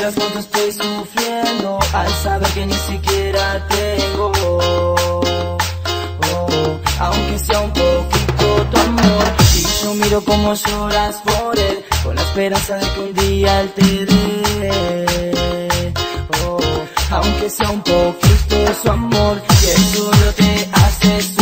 mientras cuánto estoy sufriendo al saber que ni siquiera tengo, aunque sea un poquito tu amor. Y yo miro como lloras por él, con la esperanza de que un día él te dé, aunque sea un poquito su amor, y eso no te hace sufrir.